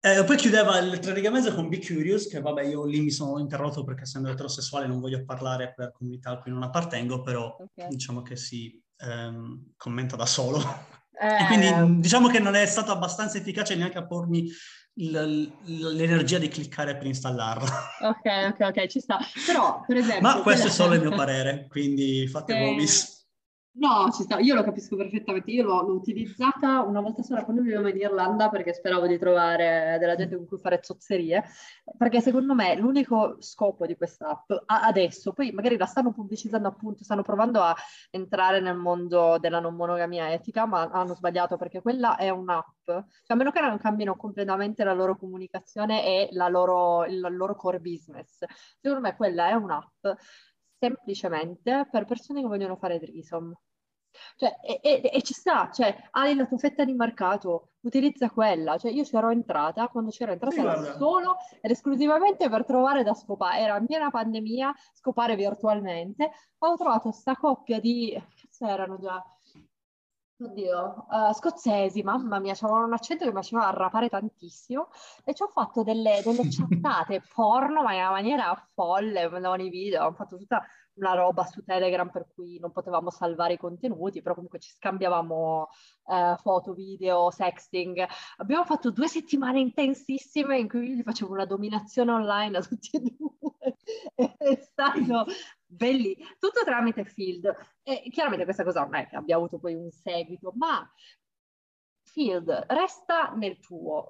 Poi chiudeva il Trigamese con Be Curious, che vabbè io lì mi sono interrotto perché essendo eterosessuale non voglio parlare per comunità a cui non appartengo, però diciamo che si commenta da solo. E quindi diciamo che non è stato abbastanza efficace neanche a pormi l'energia di cliccare per installarla. Ok, ci sta. Però, per esempio... Ma questo è solo il mio parere, quindi fate vobis. No, ci sta, io lo capisco perfettamente, io l'ho utilizzata una volta sola quando vivevo in Irlanda perché speravo di trovare della gente con cui fare zozzerie, perché secondo me l'unico scopo di questa app adesso, poi magari la stanno pubblicizzando appunto, stanno provando a entrare nel mondo della non monogamia etica, ma hanno sbagliato perché quella è un'app, cioè, a meno che non cambino completamente la loro comunicazione e il loro core business, secondo me quella è un'app semplicemente per persone che vogliono fare threesome. Cioè, e ci sta, cioè, hai la tua fetta di mercato, utilizza quella. Cioè, io c'ero entrata, quando c'ero entrata Sì, era guarda. solo ed esclusivamente per trovare da scopare. Era in piena pandemia, scopare virtualmente. Ho trovato sta coppia di... Che cazzo erano già? Oddio, scozzesi, mamma mia, c'avevano un accento che mi faceva arrapare tantissimo e ci ho fatto delle chattate porno, ma in una maniera folle, mandavano i video, ho fatto tutta una roba su Telegram per cui non potevamo salvare i contenuti, però comunque ci scambiavamo foto, video, sexting. Abbiamo fatto 2 settimane intensissime in cui io gli facevo una dominazione online a tutti e due. È stato bellissimo, tutto tramite Field. E chiaramente questa cosa non è che abbia avuto poi un seguito, ma Field, resta nel tuo,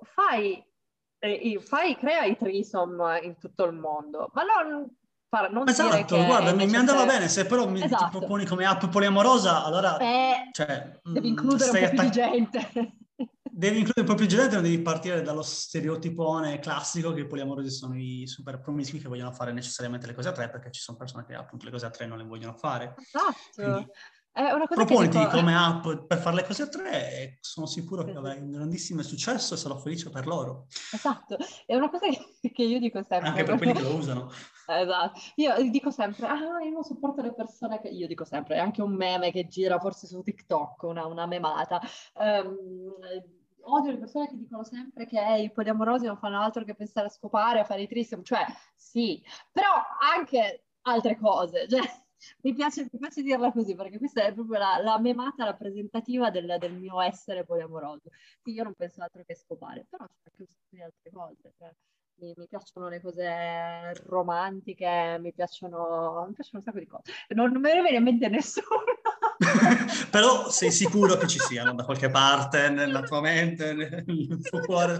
crea i threesome in tutto il mondo, ma non dire che Esatto, è guarda, mi andava necessario. bene, se però ti Esatto. proponi come app poliamorosa, allora cioè, Devi includere un stai po' più di attaccando. gente. Devi includere proprio gente, non devi partire dallo stereotipone classico che i poliamorosi sono i super promiscui che vogliono fare necessariamente le cose a tre, perché ci sono persone che appunto le cose a tre non le vogliono fare. Esatto. Quindi È una cosa che dico... proponiti come app per fare le cose a tre e sono sicuro che Sì, avrai sì. un grandissimo successo e sarò felice per loro. Esatto, è una cosa che io dico Anche sempre. per quelli che lo usano. Esatto, io dico sempre, io non sopporto le persone che... Io dico sempre, è anche un meme che gira forse su TikTok, una memata. Odio le persone che dicono sempre che i poliamorosi non fanno altro che pensare a scopare, a fare i threesome, cioè sì, però anche altre cose, cioè, mi piace dirla così perché questa è proprio la memata rappresentativa del mio essere poliamoroso. Sì, io non penso altro che scopare, però c'è anche un sacco di altre cose. Cioè, mi piacciono le cose romantiche, mi piacciono un sacco di cose. Non me ne viene in mente nessuna. Però sei sicuro che ci siano da qualche parte, nella tua mente, nel tuo cuore.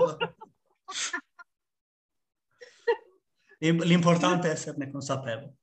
L'importante è esserne consapevole.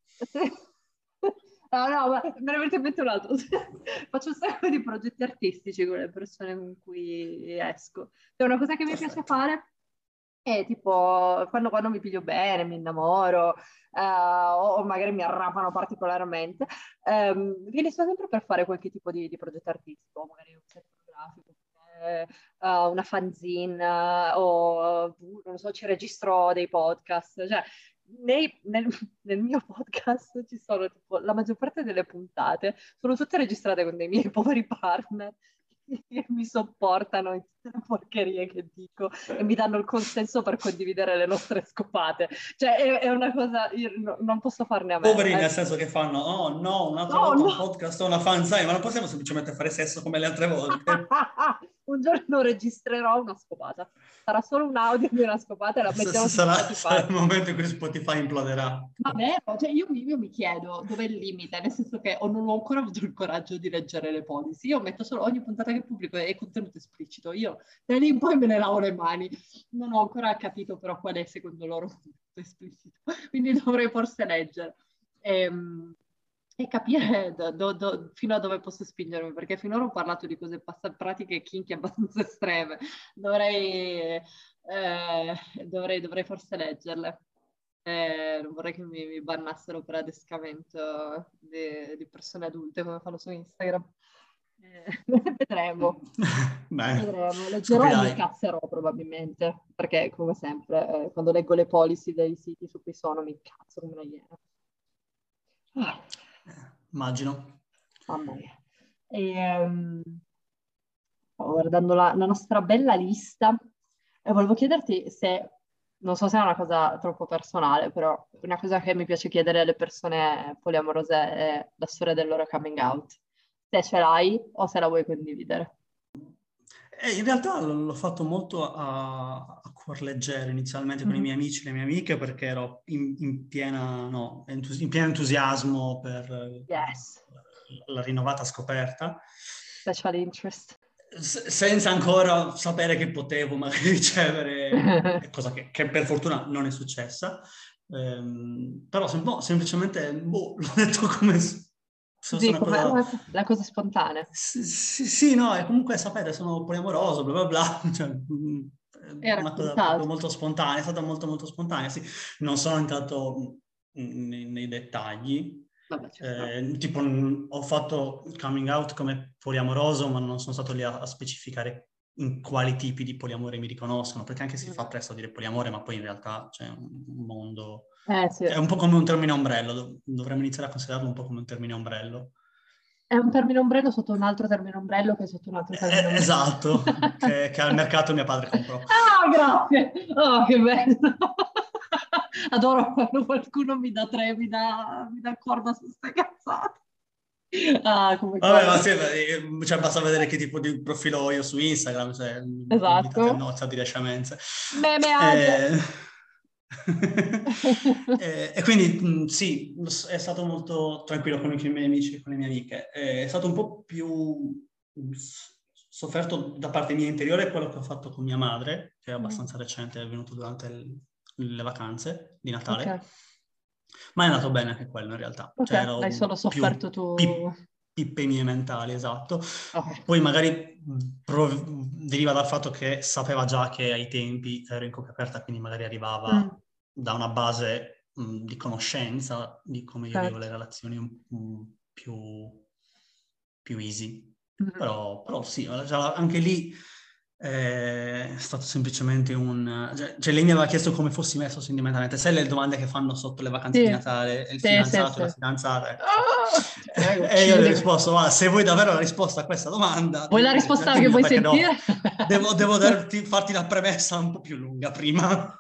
No, ma me ne avete in mente un altro. Faccio un sacco di progetti artistici con le persone con cui esco. È una cosa che mi piace Perfetto. fare è tipo quando mi piglio bene, mi innamoro, o magari mi arrapano particolarmente, finisco sempre per fare qualche tipo di progetto artistico, magari un set fotografico, una fanzine, o non so, ci registro dei podcast. Cioè, nel mio podcast ci sono tipo, la maggior parte delle puntate sono tutte registrate con dei miei poveri partner che mi sopportano in tutte le porcherie che dico e mi danno il consenso per condividere le nostre scopate. Cioè, è una cosa, io non posso farne a meno. Poveri nel senso che fanno, oh no, un'altra No, volta un no! podcast o una fanzine, ma non possiamo semplicemente fare sesso come le altre volte. Un giorno registrerò una scopata. Sarà solo un audio di una scopata e la metterò su Sarà Spotify. il momento in cui Spotify imploderà. Ma vero, cioè io mi chiedo dov'è il limite, nel senso che non ho ancora avuto il coraggio di leggere le policy. Io metto solo ogni puntata che pubblico è contenuto esplicito. Io da lì in poi me ne lavo le mani. Non ho ancora capito però qual è secondo loro il contenuto esplicito. Quindi dovrei forse leggere. E capire fino a dove posso spingermi, perché finora ho parlato di cose pratiche kinky abbastanza estreme. Dovrei, dovrei forse leggerle. Non vorrei che mi bannassero per adescamento di persone adulte come fanno su Instagram. Vedremo. Bene, Vedremo. Leggerò e mi scoprirai. incazzerò probabilmente, perché come sempre, quando leggo le policy dei siti su cui sono, mi incazzo come una iena. Ah, Immagino. mamma mia. E, guardando la nostra bella lista, E volevo chiederti se, non so se è una cosa troppo personale, però una cosa che mi piace chiedere alle persone poliamorose è la storia del loro coming out. Se ce l'hai o se la vuoi condividere. In realtà l'ho fatto molto a cuor leggero inizialmente con i miei amici e le mie amiche perché ero in piena, no, in pieno entusiasmo per Yes, la rinnovata scoperta, special interest. senza ancora sapere che potevo magari ricevere, cosa che per fortuna non è successa. Però semplicemente l'ho detto come se fosse Così una come cosa... la cosa spontanea. Sì, no, e comunque sapete, sono poliamoroso, bla bla bla, cioè, E una cosa proprio raccontato. molto spontanea, è stata molto molto spontanea, sì. Non sono entrato nei dettagli, Vabbè, ci sta. tipo ho fatto il coming out come poliamoroso, ma non sono stato lì a specificare in quali tipi di poliamore mi riconoscono, perché anche si fa presto a dire poliamore, ma poi in realtà c'è un mondo... Sì. È un po' come un termine ombrello, dovremmo iniziare a considerarlo un po' come un termine ombrello. È un termine ombrello sotto un altro termine ombrello che è sotto un altro termine ombrello. Esatto, che al mercato mio padre comprò. Ah, grazie! Oh, che bello! Adoro quando qualcuno mi dà corda su queste cazzate. Ah, come Vabbè, ma cosa. sì, cioè, basta vedere che tipo di profilo ho io su Instagram, cioè, invitate a Esatto. nozze, a dire scemenze. Meme age. Eh, e quindi sì, è stato molto tranquillo con i miei amici e con le mie amiche. È stato un po' più sofferto da parte mia interiore quello che ho fatto con mia madre, che è abbastanza recente, è venuto durante le vacanze di Ok, Natale. Ma è andato bene anche quello in realtà, cioè ok, ero l'hai solo più sofferto tu. pippe mie mentali, esatto. Ok. Poi magari deriva dal fatto che sapeva già che ai tempi ero in coppia aperta, quindi magari arrivava da una base di conoscenza di come io vivo Certo. le relazioni più easy. Mhm. Però sì, anche lì è stato semplicemente cioè lei mi aveva chiesto come fossi messo sentimentalmente. Sai le domande che fanno sotto le vacanze di Sì, Natale, il sì, sì, fidanzato e sì. la fidanzata? Esatto. Ah, E io gli ho uccidimi. risposto, guarda, se vuoi davvero la risposta a questa domanda, Vuoi la risposta che dimmela vuoi perché sentire? devo farti la premessa un po' più lunga prima.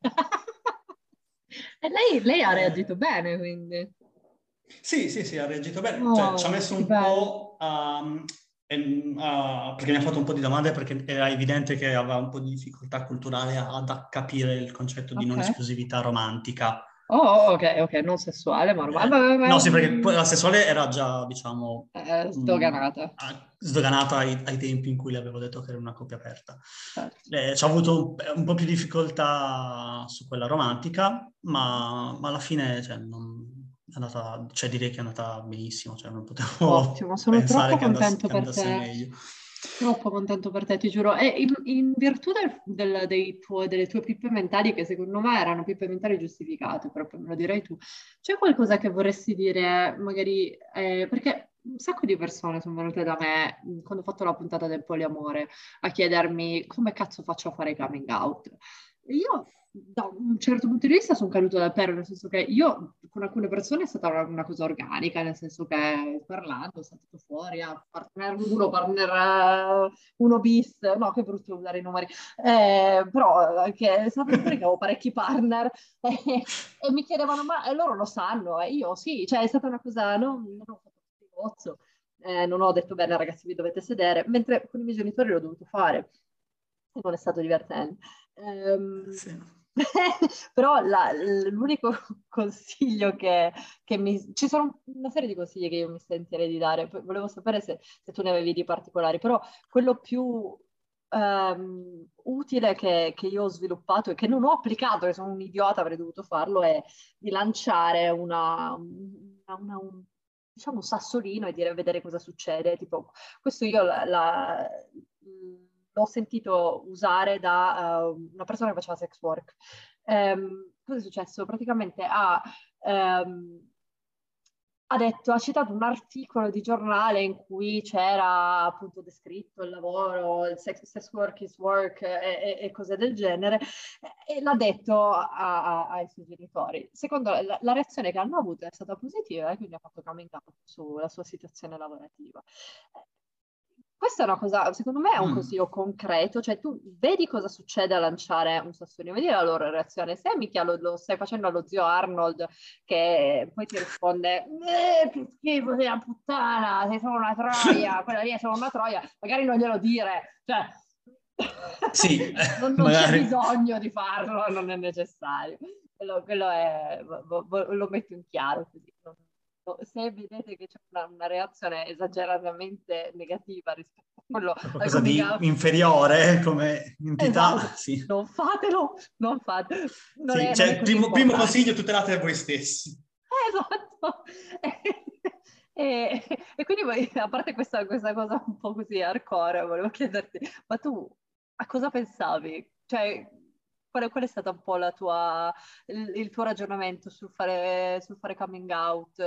E lei ha Eh, reagito bene, quindi. sì, ha reagito bene. Cioè, ci ha Oh, messo che un bello. po' perché mi ha fatto un po' di domande, perché era evidente che aveva un po' di difficoltà culturale ad capire il concetto di Ok. non esclusività romantica. Oh, ok, ok, non sessuale, ma vabbè, No, sì, perché poi la sessuale era già, diciamo, sdoganata. sdoganata ai tempi in cui le avevo detto che era una coppia aperta. Certo. Ci ha avuto un po' più difficoltà su quella romantica, ma alla fine cioè, cioè, direi che è andata benissimo, cioè, non potevo Ottimo, sono pensare troppo che andasse, contento che per andasse te. meglio. Troppo contento per te, ti giuro. E in virtù delle tue pippe mentali, che secondo me erano pippe mentali giustificate, però poi me lo direi tu, c'è qualcosa che vorresti dire, magari, perché un sacco di persone sono venute da me quando ho fatto la puntata del poliamore a chiedermi come cazzo faccio a fare coming out. E io, da un certo punto di vista, sono caduto dal pero, nel senso che io con alcune persone è stata una cosa organica, nel senso che parlando, ho saltato fuori a partner 1, partner 1 bis, no, che brutto usare i numeri, però che è saltato fuori che avevo parecchi partner e mi chiedevano, ma loro lo sanno? E io sì, cioè è stata una cosa, non ho fatto schifozzo, non ho detto bene ragazzi vi dovete sedere, mentre con i miei genitori l'ho dovuto fare e non è stato divertente. Ehm, Sì. Però l'unico consiglio che mi... Ci sono una serie di consigli che io mi sentirei di dare, poi volevo sapere se tu ne avevi di particolari, però quello più utile che io ho sviluppato e che non ho applicato, che sono un idiota, avrei dovuto farlo, è di lanciare diciamo un sassolino e dire vedere cosa succede. Tipo, questo io l'ho sentito usare da una persona che faceva sex work. Cosa è successo? Praticamente ehm, ha citato un articolo di giornale in cui c'era appunto descritto il lavoro, il sex work is work e cose del genere, e l'ha detto ai suoi genitori. Secondo la reazione che hanno avuto è stata positiva e quindi ha fatto coming out sulla sua situazione lavorativa. questa è una cosa, secondo me è un consiglio concreto, cioè tu vedi cosa succede a lanciare un sassolino, vedi la loro reazione. Se mica lo stai facendo allo zio Arnold che poi ti risponde che schifo, sei una puttana, sei solo una troia, quella lì è solo una troia, magari non glielo dire, cioè sì, non c'è magari. bisogno di farlo, non è necessario. Quello è, lo metto in chiaro così. Se vedete che c'è una reazione esageratamente negativa rispetto a quello al Qualcosa coming di out, inferiore come entità, esatto, sì. non fatelo, non fatelo, Sì, non è cioè, così primo importante. consiglio, tutelate voi stessi. Esatto. E quindi a parte questa cosa un po' così hardcore, volevo chiederti, ma tu a cosa pensavi? Cioè, qual è stata un po' il tuo ragionamento sul fare coming out?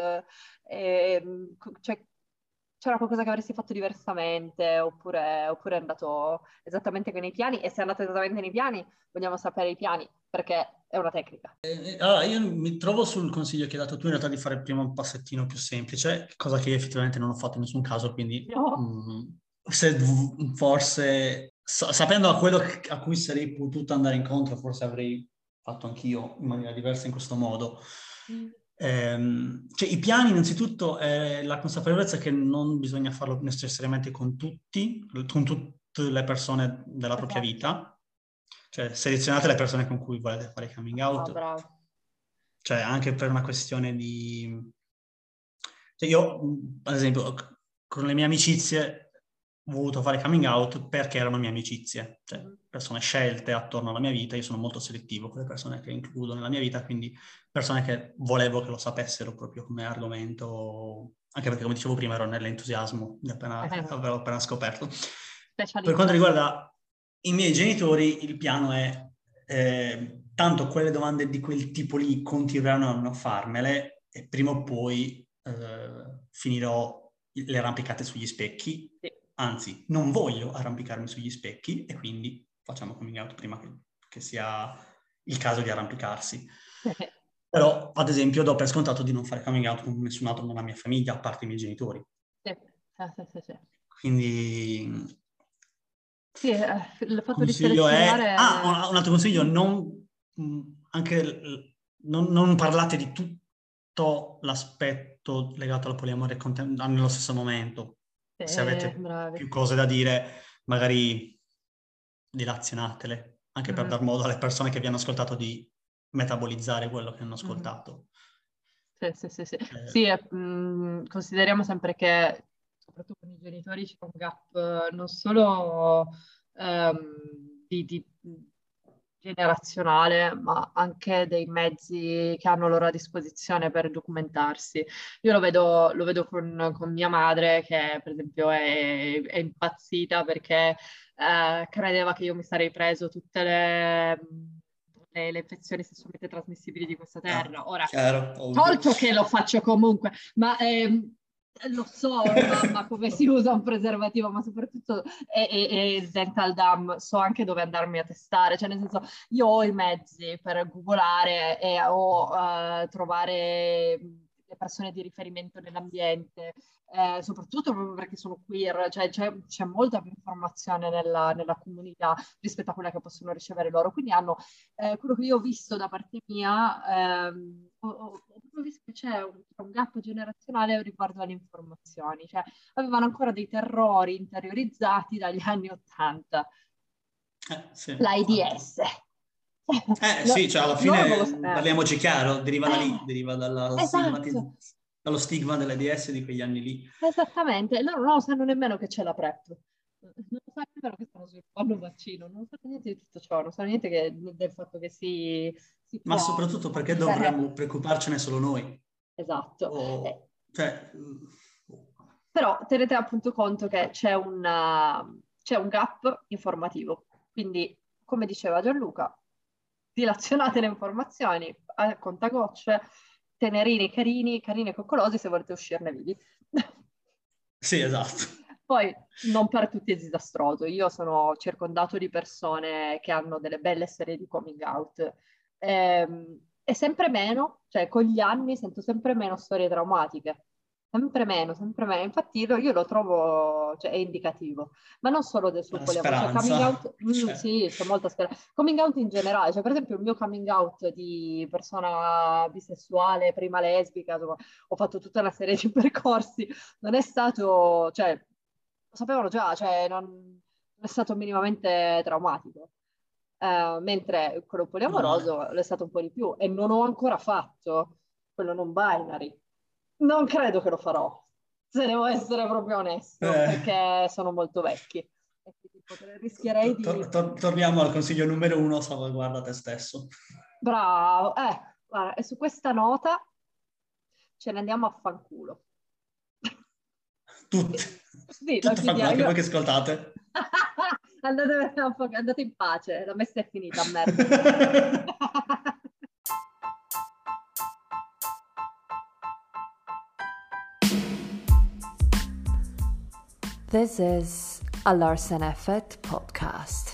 Cioè, c'era qualcosa che avresti fatto diversamente oppure è andato esattamente come nei piani? E se è andato esattamente nei piani, vogliamo sapere i piani, perché è una tecnica. Allora, io mi trovo sul consiglio che hai dato tu in realtà di fare prima un passettino più semplice, cosa che io effettivamente non ho fatto in nessun caso, quindi No. forse sapendo a quello a cui sarei potuto andare incontro, forse avrei fatto anch'io in maniera diversa in questo modo. Cioè, i piani, innanzitutto, è la consapevolezza che non bisogna farlo necessariamente con tutte le persone della propria Esatto. vita, cioè selezionate le persone con cui volete fare coming Ah, out, bravo. cioè anche per una questione di... Cioè io, ad esempio, con le mie amicizie ho voluto fare coming out perché erano mie amicizie, cioè Mhm. persone scelte attorno alla mia vita. Io sono molto selettivo con le persone che includo nella mia vita, quindi persone che volevo che lo sapessero proprio come argomento, anche perché come dicevo prima ero nell'entusiasmo, avevo appena scoperto. Per quanto Specialista. riguarda i miei genitori, il piano è tanto quelle domande di quel tipo lì continueranno a non farmele e prima o poi finirò le arrampicate sugli specchi. Sì. Anzi, non voglio arrampicarmi sugli specchi e quindi facciamo coming out prima che sia il caso di arrampicarsi. Però, ad esempio, do per scontato di non fare coming out con nessun altro nella mia famiglia, a parte i miei genitori. Sì, sì. Quindi Sì, il fatto di consiglio è... selezionare... un altro consiglio, non parlate di tutto l'aspetto legato al poliamore nello stesso momento. Se avete bravi. più cose da dire, magari dilazionatele, anche per Mhm, dar modo alle persone che vi hanno ascoltato di metabolizzare quello che hanno mhm. ascoltato. Sì. Eh, Sì, consideriamo sempre che, soprattutto con i genitori, c'è un gap non solo di generazionale, ma anche dei mezzi che hanno loro a disposizione per documentarsi. Io lo vedo con mia madre, che per esempio è impazzita perché credeva che io mi sarei preso tutte le infezioni sessualmente trasmissibili di questa terra. Ora, chiaro, ovvio. tolto che lo faccio comunque, ma lo so, mamma, come si usa un preservativo, ma soprattutto e il dental dam, so anche dove andarmi a testare, cioè nel senso io ho i mezzi per googolare o trovare le persone di riferimento nell'ambiente, soprattutto proprio perché sono queer, cioè c'è molta più informazione nella comunità rispetto a quella che possono ricevere loro, quindi hanno quello che io ho visto da parte mia, ho proprio visto che c'è un gap generazionale riguardo alle informazioni, cioè avevano ancora dei terrori interiorizzati dagli anni *80. Sì, infatti. L'AIDS. Sì, cioè alla Loro non lo fine sapevano. parliamoci chiaro, deriva da lì, deriva Esatto, dallo stigma dell'AIDS di quegli anni lì. esattamente. Loro non lo sanno nemmeno che c'è la PrEP. Non lo sanno nemmeno che stanno sviluppando un vaccino, non sanno niente di tutto ciò, non sanno niente del fatto che si Ma può soprattutto perché vivere. dovremmo preoccuparcene solo noi? Esatto. Cioè, Però tenete appunto conto che c'è un gap informativo. Quindi, come diceva Gianluca, dilazionate le informazioni a contagocce, tenerini carini, carini e coccolosi se volete uscirne vivi. sì, esatto. Poi, non per tutti è disastroso. Io sono circondato di persone che hanno delle belle serie di coming out. E sempre meno, cioè con gli anni sento sempre meno storie traumatiche. Sempre meno, sempre meno. Infatti io lo trovo, cioè, è indicativo, ma non solo sul La poliamore, cioè coming speranza. out, Cioè, sì, c'è molta speranza. Coming out in generale, cioè per esempio il mio coming out di persona bisessuale, prima lesbica, insomma, ho fatto tutta una serie di percorsi, non è stato, cioè, lo sapevano già, cioè non è stato minimamente traumatico. Mentre quello meno male. poliamoroso lo è stato un po' di più e non ho ancora fatto quello non binary. Non credo che lo farò, se devo essere proprio onesto, Eh, perché sono molto vecchi e quindi rischierei di... torniamo al consiglio numero uno, salvaguarda te stesso. Bravo, guarda, e su questa nota ce ne andiamo a fanculo. Tutte, Sì, la tutte fanculo, chiudiamo. anche voi che ascoltate. Andate in pace, la messa è finita, merda. This is a Larsen Effect podcast.